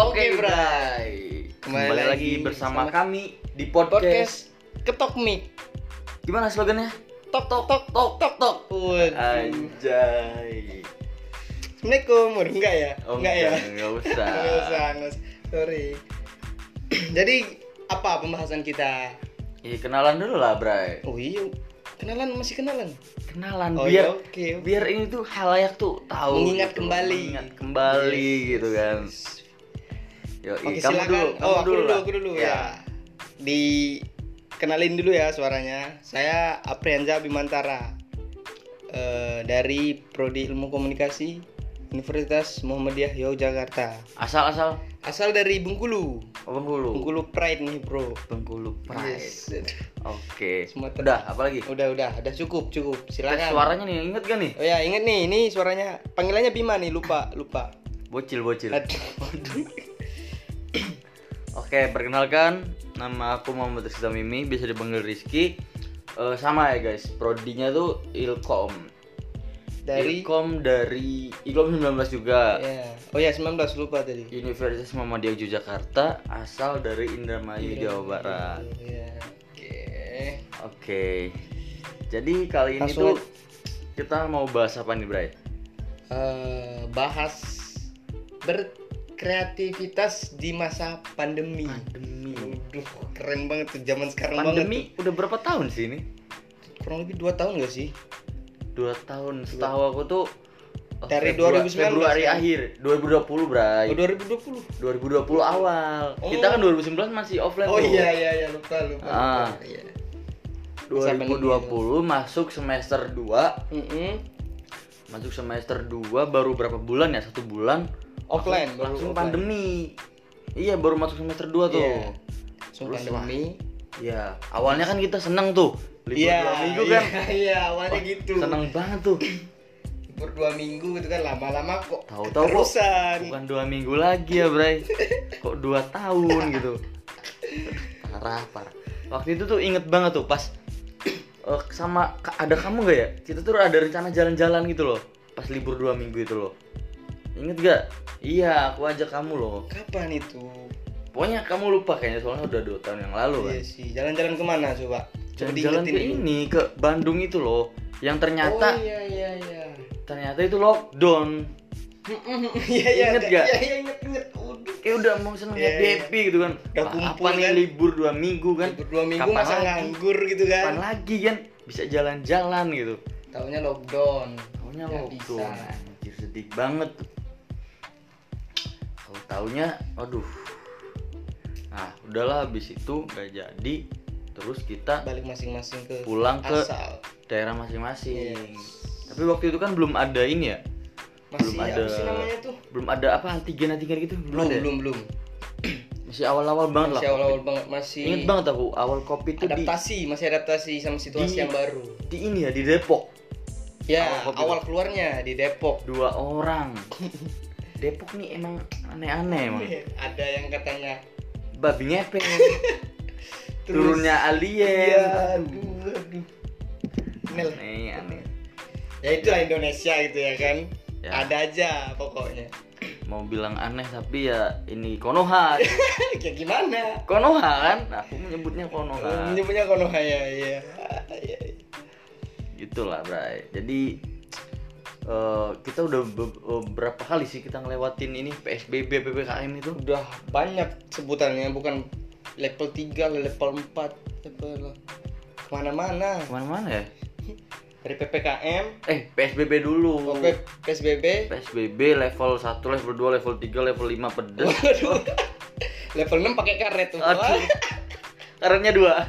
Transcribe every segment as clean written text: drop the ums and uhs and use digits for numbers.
Oke, Bray. Kembali lagi bersama kami di podcast Ketok Mic. Gimana slogannya? Tok tok tok tok tok tok. Anjay. Assalamualaikum. Enggak ya? Enggak usah. Enggak usah. Sorry. Jadi apa pembahasan kita? Kenalan dulu lah, Bray. Oh iya. Masih kenalan. Kenalan Oh, biar iya, oke. biar ini tuh halayak tuh tahu Mengingat gitu. kembali. Mengingat kembali gitu kan. Yo, Oke, kamu silakan. dulu. Aku dulu ya. Dikenalin dulu ya suaranya. Saya Aprianza Bimantara. Dari Prodi Ilmu Komunikasi Universitas Muhammadiyah Yogyakarta. Asal dari Bengkulu. Bengkulu Pride nih, Bro. Bengkulu Pride. Yes. Oke. Sumatera. Udah, apalagi? Udah cukup. Tes Silakan. suaranya nih, inget gak nih? Oh ya, inget nih, ini suaranya. Panggilannya Bima nih, lupa. Bocil. Aduh. Oke, perkenalkan, nama aku Muhammad Rizky Mimi, bisa dipanggil Rizky. Sama ya guys, prodinya tuh Ilkom. Ilkom dari Ilkom 19 juga. Ya. Oh ya, 19 lupa tadi. Universitas Muhammadiyah Yogyakarta, asal dari Indramayu, Jawa Barat. Iya. Oke. Jadi kali ini Langsung tuh kita mau bahas apa nih, Bray? Bahas berkreativitas di masa pandemi. Aduh, keren banget tuh zaman sekarang banget. Pandemi udah berapa tahun sih ini? Kurang lebih 2 tahun gak sih? 2 tahun. Setahu aku tuh dari 2019 Februari kan? Akhir 2020, Bray. Oh, 2020. 2020 awal. Kita kan 2019 masih offline Oh tuh. iya, lupa. Iya. 2020 masuk semester 2. Masuk semester 2 baru berapa bulan ya? 1 bulan Offline, langsung offline. pandemi. Iya, baru masuk semester 2 tuh. Iya. Langsung Terus, pandemi. Iya, awalnya kan kita seneng tuh. Libur 2 minggu kan. Iya, awalnya gitu. Seneng banget tuh. Libur 2 minggu gitu kan, lama-lama kok Tahu-tahu terusan. bukan 2 minggu lagi ya, Bray. Kok 2 tahun gitu. Parah. Waktu itu tuh inget banget tuh pas sama ada kamu gak ya? Kita tuh ada rencana jalan-jalan gitu loh. Pas libur 2 minggu itu loh. Inget gak? Iya, aku ajak kamu loh. Kapan itu? Pokoknya kamu lupa kayaknya, soalnya udah 2 tahun yang lalu kan. Iya sih, jalan-jalan kemana coba? Jalan-jalan ke ini, ke Bandung itu loh. Yang ternyata Oh iya. ternyata itu lockdown. Iya. Ingat gak? Iya, inget. Udah. Kayak udah mau seneng happy gitu kan. Udah Wah, kumpul apa nih kan? libur 2 minggu kan? Libur 2 minggu Kapan masa lagi? nganggur gitu kan? Kapan lagi kan bisa jalan-jalan gitu. Taunya lockdown. Taunya Nggak lockdown. bisa. Anjir, sedih banget tuh. Taunya aduh. Nah, udahlah habis itu nggak jadi. Terus kita Balik masing-masing ke pulang ke asal. daerah masing-masing. Yes. Tapi waktu itu kan belum ada ini ya. Masih Belum apa ada. sih namanya tuh? Belum ada apa antigen gitu. Ada ya? Belum. Masih awal-awal banget Masih lah. awal-awal COVID. banget, masih Ingat banget aku awal Covid itu masih adaptasi sama situasi yang baru. di ini ya di Depok. Ya, Awal COVID awal itu. keluarnya di Depok. 2 orang. Depok nih emang aneh-aneh emang. Ada yang katanya Babi ngepet. Terus- Turunnya alien. Iya, aduh. Aneh. Ya itulah Indonesia gitu ya kan. Ya. Ada aja pokoknya. Mau bilang aneh tapi ya ini Konoha. Kayak gimana? Konoha kan? Aku menyebutnya Konoha. Menyebutnya Konoha ya. Iya. Gitulah, Bray. Jadi kita udah berapa kali sih kita ngelewatin ini PSBB, PPKM itu? Udah banyak sebutannya, bukan level 3, level 4, level kemana-mana. Kemana-mana ya? Dari PPKM, PSBB dulu. PSBB, PSBB level 1, level 2, level 3, level 5 pedes. level 6 pakai karet tuh. Aduh. Karetnya 2.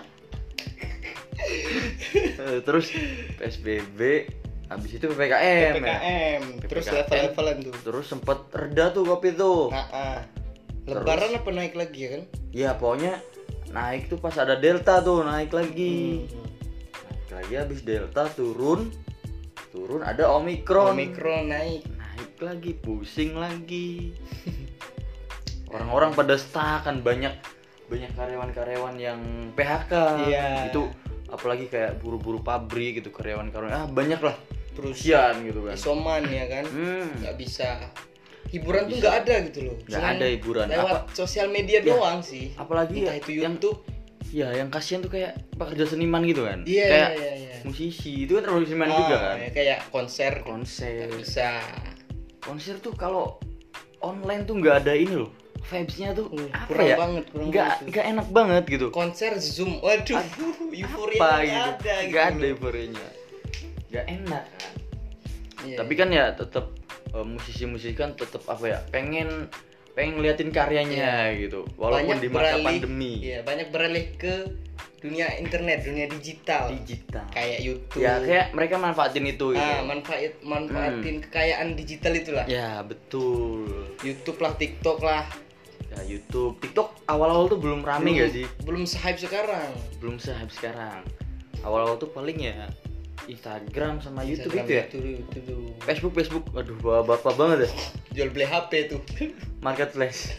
Terus PSBB, habis itu PPKM. PPKM, terus PPKM. level-levelan tuh. Terus sempet reda tuh Covid tuh. Lebaran apa naik lagi ya kan? Ya pokoknya naik tuh pas ada Delta tuh naik lagi. Naik lagi habis Delta turun ada Omikron. Omikron naik. Naik lagi, pusing lagi. Orang-orang pada stuck kan, banyak karyawan-karyawan yang PHK. Iya. Itu apalagi kayak buru-buru pabrik gitu, karyawan-karyawan banyak lah Terus kasihan gitu kan. isoman ya kan? Hmm. Nggak bisa. hiburan tuh nggak ada gitu loh. Nggak ada hiburan. Lewat sosial media doang sih. Apalagi entah itu YouTube. Yang kasihan tuh kayak pekerja seniman gitu kan. Iya. Musisi itu kan terlalu seniman juga kan. Kayak konser. Gak bisa. Konser tuh kalau online tuh nggak ada ini loh. Vibes-nya tuh kurang banget. Nggak enak banget gitu. Konser Zoom, waduh, euforia nggak ada euforianya, nggak enak kan. Tapi kan ya tetap musisi-musisi kan tetap pengen ngeliatin karyanya gitu, walaupun banyak di masa pandemi. Iya, banyak beralih ke dunia internet, dunia digital. Kayak YouTube. Ya kayak mereka manfaatin itu gitu. Manfaatin kekayaan digital itulah. Ya, betul. YouTube lah, TikTok lah. Ya, YouTube, TikTok awal-awal tuh belum rame gak sih? Belum se-hype sekarang. Awal-awal tuh paling ya Instagram sama YouTube itu ya. Facebook, aduh bapak banget ya. Jual beli HP tuh. Marketplace.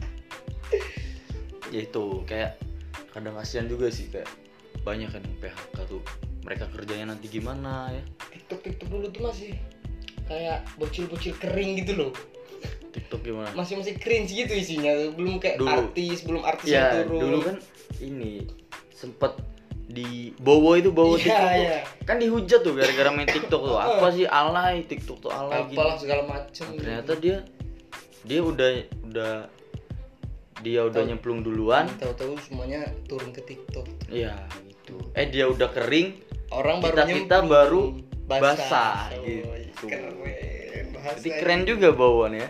Ya itu kayak kadang kasihan juga sih, kayak banyak kan yang PHK tuh. Mereka kerjanya nanti gimana ya? TikTok dulu tuh masih kayak bocil-bocil kering gitu loh. TikTok gimana? Masih cringe gitu isinya, belum kayak artis ya, yang turun. Dulu kan ini sempet di Bowo TikTok tuh. Kan dihujat tuh gara-gara main TikTok tuh. Apa sih alay, TikTok tuh alay gitu. Apalah segala macam. Ternyata dia udah nyemplung duluan. Tahu-tahu semuanya turun ke TikTok. Iya, gitu. Dia udah kering, orang kita baru basah gitu. Keren. Jadi keren juga bawaan ya.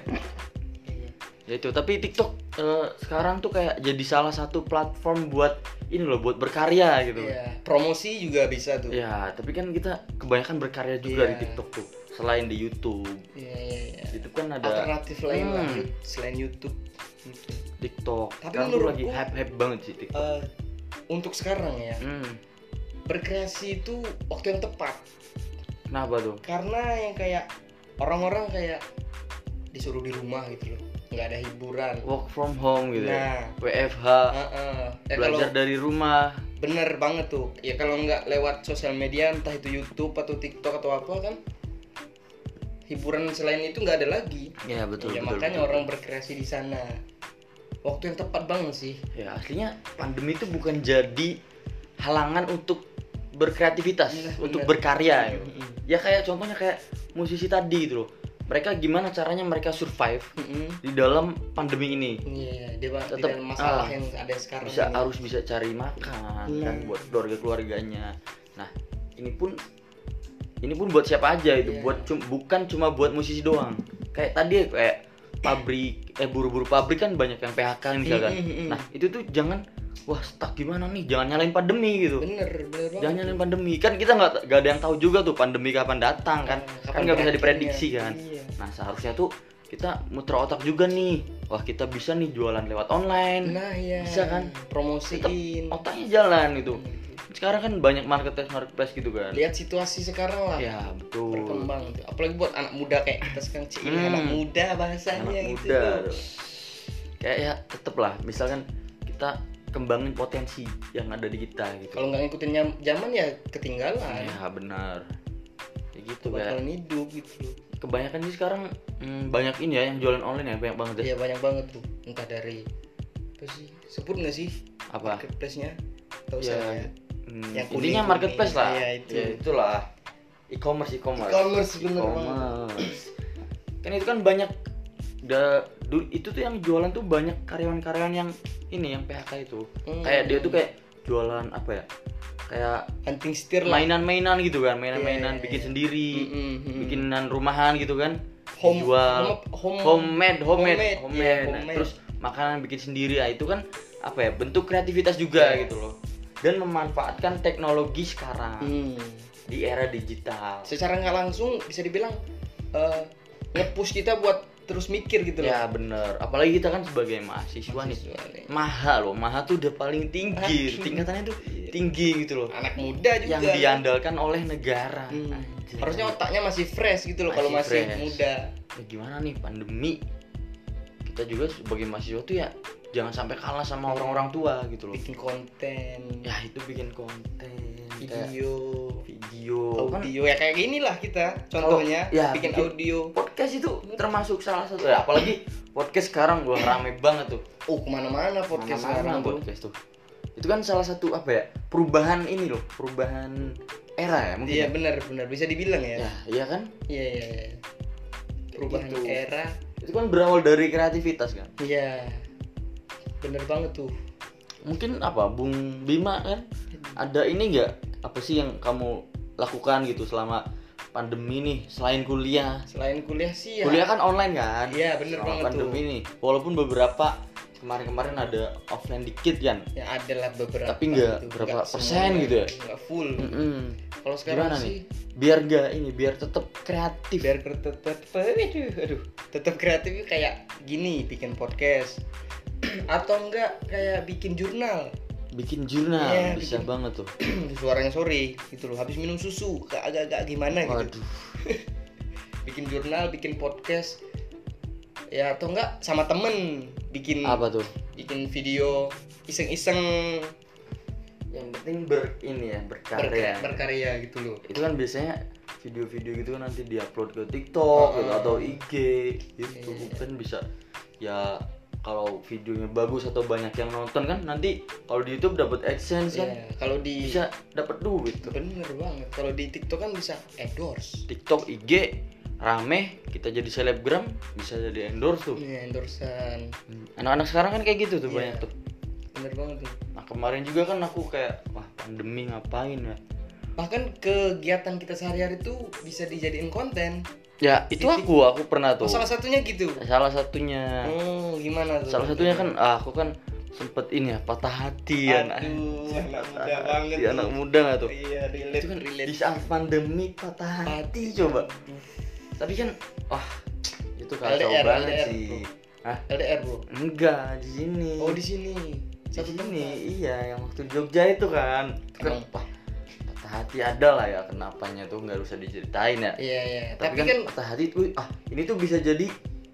Ya itu, tapi TikTok sekarang tuh kayak jadi salah satu platform buat ini loh, buat berkarya gitu. Iya, promosi juga bisa tuh. Ya, tapi kan kita kebanyakan berkarya juga di TikTok tuh, selain di YouTube. Iya. YouTube kan ada alternatif lain lah selain YouTube. TikTok. Tapi sekarang tuh lagi hype banget sih TikTok. Untuk sekarang ya, berkreasi itu waktu yang tepat. Kenapa tuh? Karena yang kayak orang-orang kayak disuruh di rumah gitu loh, nggak ada hiburan, work from home gitu. WFH, belajar dari rumah. Bener banget tuh ya, kalau nggak lewat sosial media, entah itu YouTube atau TikTok atau apa kan, hiburan selain itu nggak ada lagi. Ya betul. Makanya orang berkreasi di sana. Waktu yang tepat banget sih. Ya aslinya pandemi itu bukan jadi halangan untuk berkreativitas, untuk berkarya gitu. Ya kayak contohnya kayak musisi tadi gitu loh. Mereka gimana caranya mereka survive di dalam pandemi ini. Iya, tetap masalah yang ada sekarang. Harus bisa cari makan kan buat keluarganya. Nah, ini pun buat siapa aja itu, bukan cuma buat musisi doang. Kayak tadi kayak pabrik buru-buru pabrik kan banyak yang PHK misalkan. Nah, itu tuh jangan stuck gimana nih, jangan nyalain pandemi gitu. Bener banget. Jangan nyalain pandemi, kan kita nggak ada yang tahu juga tuh pandemi kapan datang kan. Kan nggak bisa diprediksi kan. Nah seharusnya tuh kita muter otak juga nih, kita bisa nih jualan lewat online. Nah iya, bisa kan, promosiin, otaknya jalan gitu. Sekarang kan banyak marketplace gitu kan. Lihat situasi sekarang lah. Ya betul. Berkembang tuh, apalagi buat anak muda kayak kita sekarang. Anak muda bahasanya anak gitu. Muda. Kayak ya tetep lah, misalkan kita kembangin potensi yang ada di kita gitu. Kalau nggak ngikutin zaman ya ketinggalan. Ya benar. Kayak gitu kan. Bakalan hidup gitu. Kebanyakan sih sekarang banyak ini ya yang jualan online ya, banyak banget ya. Iya banyak banget tuh. Entah dari apa sih? Sebut nggak sih? Apa? Marketplace-nya? Tahu ya, saya. Yang intinya marketplace lah. Iya itu. Ya itulah. E-commerce bener banget. Kan itu kan banyak itu tuh yang jualan tuh banyak karyawan-karyawan yang ini yang PHK itu. Kayak dia tuh kayak jualan apa ya? Kayak hunting setir lah. Mainan-mainan gitu kan, mainan-mainan bikin sendiri, bikinan rumahan gitu kan. Homemade. Terus makanan bikin sendiri. Ya itu kan apa ya? Bentuk kreativitas juga gitu loh. Dan memanfaatkan teknologi sekarang di era digital. Secara nggak langsung bisa dibilang nge-push kita buat terus mikir gitu loh. Ya bener, apalagi kita kan sebagai mahasiswa nih. Maha tuh udah paling tinggi, tingkatannya tuh tinggi gitu loh. Anak muda juga yang diandalkan oleh negara. Harusnya otaknya masih fresh gitu loh kalau masih muda. Ya gimana nih pandemi, kita juga sebagai mahasiswa tuh ya jangan sampai kalah sama orang-orang tua gitu loh. Bikin konten. Ya itu bikin konten. Video kan, audio ya kayak gini lah kita contohnya bikin audio. Podcast itu termasuk salah satu ya, apalagi podcast sekarang gua rame banget tuh. Kemana-mana podcast sekarang podcast tuh. Itu kan salah satu apa ya, perubahan ini loh, perubahan era ya mungkin. Iya benar bisa dibilang ya. Iya kan? Iya. Perubahan gitu. Era itu kan berawal dari kreativitas kan. Iya. Bener banget tuh. Mungkin apa Bung Bima kan ada ini nggak, apa sih yang kamu lakukan gitu selama pandemi nih selain kuliah? Selain kuliah sih ya. Kuliah kan online kan? Iya bener banget pandemi tuh. Nih walaupun beberapa kemarin ada offline dikit kan? Ya ada lah beberapa. Tapi nggak berapa persen gitu ya? Nggak full. Kalau sekarang gimana sih? Nih? Biar tetap kreatif. Tetap kreatif kayak gini, bikin podcast atau enggak kayak bikin jurnal. Ya, bisa banget tuh. Suaranya sore gitu loh, habis minum susu agak-agak gimana gitu. Bikin jurnal, bikin podcast. Ya atau enggak sama temen bikin apa tuh? Bikin video iseng-iseng. Yang penting berkarya gitu loh. Itu kan biasanya video-video gitu kan nanti diupload ke TikTok gitu, atau IG gitu. Kan bisa ya, kalau videonya bagus atau banyak yang nonton kan nanti kalau di YouTube dapat AdSense kan. Kalau di bisa dapat duit tuh. Bener banget. Kalau di TikTok kan bisa endorse. TikTok, IG rame, kita jadi selebgram, bisa jadi endorse tuh. Iya, endorsean. Anak-anak sekarang kan kayak gitu tuh, banyak tuh. Bener banget tuh. Nah, kemarin juga kan aku kayak wah pandemi ngapain ya? Bahkan kegiatan kita sehari-hari tuh bisa dijadiin konten. Ya, itu aku pernah tuh. Salah satunya gitu. Salah satunya. Gimana tuh? Salah satunya kan aku kan sempet ini ya, patah hati ya. Anak muda banget tuh. Anak muda enggak tuh? Iya, relate. Itu kan di saat pandemi patah hati coba. Tapi kan itu kacau banget sih. Hah? LDR, Bro? Enggak, di sini. Di sini. Satu tempat. Iya, yang waktu Jogja itu kan. Kan hati ada lah ya, kenapanya tuh nggak usah diceritain ya. Iya. Tapi kan patah hati tuh ini tuh bisa jadi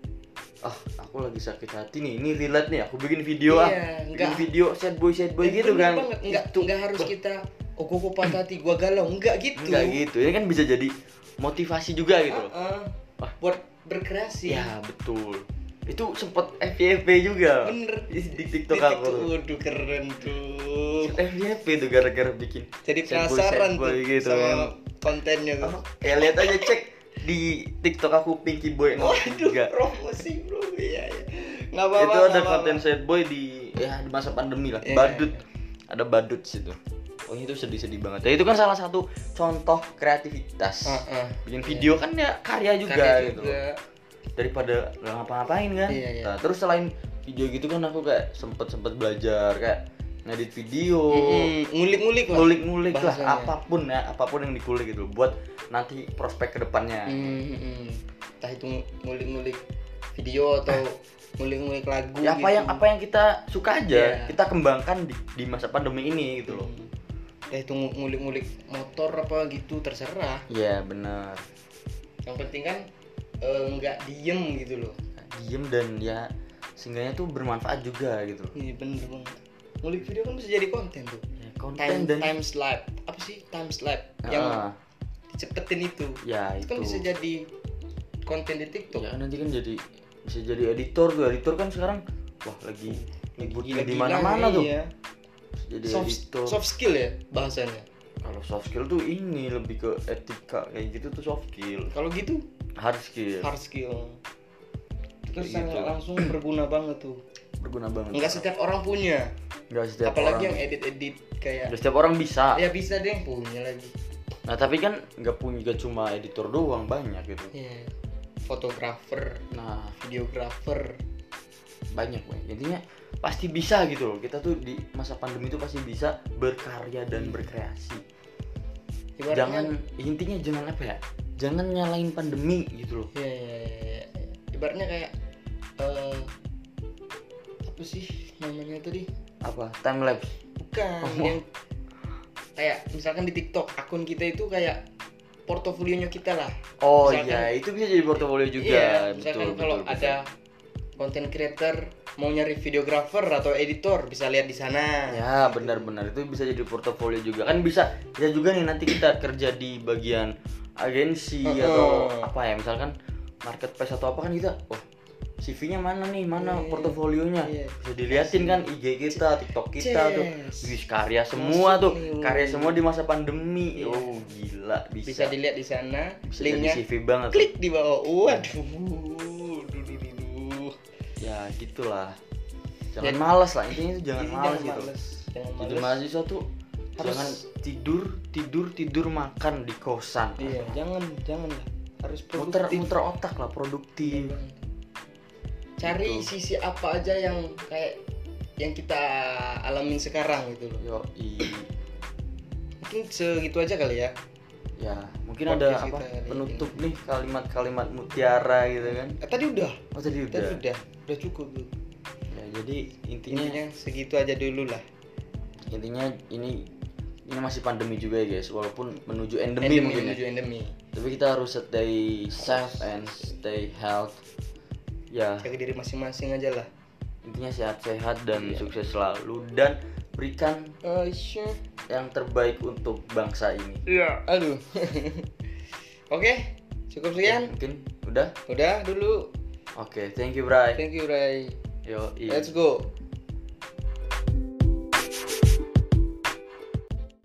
aku lagi sakit hati nih, ini relate nih, aku bikin video bikin video sad boy gitu kan. Enggak harus kita gua patah hati, gua galau, enggak gitu. Ini kan bisa jadi motivasi juga gitu. Buat berkreasi. Ya betul. Itu sempet FYP juga. Bener. Di TikTok aku. Waduh, keren tuh. FYP tuh gara-gara bikin. Jadi penasaran tuh gitu, sama kontennya tuh. Ya lihat aja, cek di TikTok aku Pinky Boy 03. Waduh, promosi bro. Iya. Nggak apa-apa. Itu ada konten sad boy di masa pandemi lah. Badut. Ada badut situ. Itu sedih-sedih banget. Ya itu kan salah satu contoh kreativitas. Bikin video kan ya karya juga gitu. Daripada nggak ngapa-ngapain kan. Nah, terus selain video gitu kan aku kayak sempet belajar kayak ngedit video, ngulik-ngulik lah, apapun yang dikulik gitu buat nanti prospek kedepannya. Entah itu ngulik-ngulik video atau ngulik-ngulik lagu. Ya apa yang kita suka aja kita kembangkan di masa pandemi ini gitu loh. Ya itu ngulik-ngulik motor apa gitu terserah. Iya benar. Yang penting kan nggak diem gitu loh. Diem dan ya seenggaknya tuh bermanfaat juga gitu. Iya bener banget. Ngulik video kan bisa jadi konten tuh. Konten dan time slap. Apa sih time slap? Yang dicepetin itu. Ya itu kan bisa jadi konten di TikTok. Ya nanti kan bisa jadi editor tuh. Editor kan sekarang lagi di mana-mana tuh. Iya. Jadi editor. Soft skill ya bahasanya. Kalau soft skill tuh ini lebih ke etika kayak gitu tuh soft skill. Kalau gitu hard skill. Itu sangat langsung berguna banget tuh. Enggak setiap orang punya. Apalagi yang edit kayak. Enggak setiap orang bisa. Ya bisa deh yang punya lagi. Nah tapi kan nggak cuma editor doang, banyak gitu. Iya. Fotografer, videografer, banyak intinya pasti bisa gitu loh. Kita tuh di masa pandemi itu pasti bisa berkarya dan berkreasi. Intinya jangan apa ya? Jangan nyalain pandemi gitu loh. Iya. Ibaratnya kayak apa sih namanya tadi? Apa? Time lapse. Bukan. Yang kayak misalkan di TikTok akun kita itu kayak portofolionya kita lah. Iya, itu bisa jadi portofolio juga. Iya, misalkan kalau ada content creator mau nyari videographer atau editor bisa lihat di sana. Ya benar-benar itu bisa jadi portofolio juga kan, bisa juga nih nanti kita kerja di bagian agensi atau apa ya, misalkan marketplace atau apa kan kita, oh CV-nya mana nih, mana portofolionya, bisa diliatin kan IG kita, TikTok kita tuh, wih karya semua tuh, karya semua di masa pandemi, oh gila bisa dilihat di sana, bisa linknya jadi CV banget, klik di bawah, waduh, ya gitulah, jangan malas lah intinya itu, jangan malas gitu, jadi mahasiswa tuh jangan tidur makan di kosan, jangan lah, harus produktif, muter otak lah, produktif. Cari sisi apa aja yang kayak yang kita alamin sekarang gitu loh. Mungkin segitu aja kali ya. Ya, mungkin ada apa penutup nih, kalimat-kalimat mutiara gitu kan. Tadi udah. Oh, tadi udah. Udah cukup tuh. Ya, jadi intinya segitu aja dulu lah. Intinya ini masih pandemi juga ya guys, walaupun menuju endemi mungkin. Tapi kita harus stay safe and stay health. Ya, jaga diri masing-masing aja lah. Intinya sehat-sehat dan sukses selalu, dan berikan yang terbaik untuk bangsa ini. Iya. Aduh. Oke, cukup sekian. Mungkin udah dulu. Oke, thank you Bray. Yo, Yo, let's go.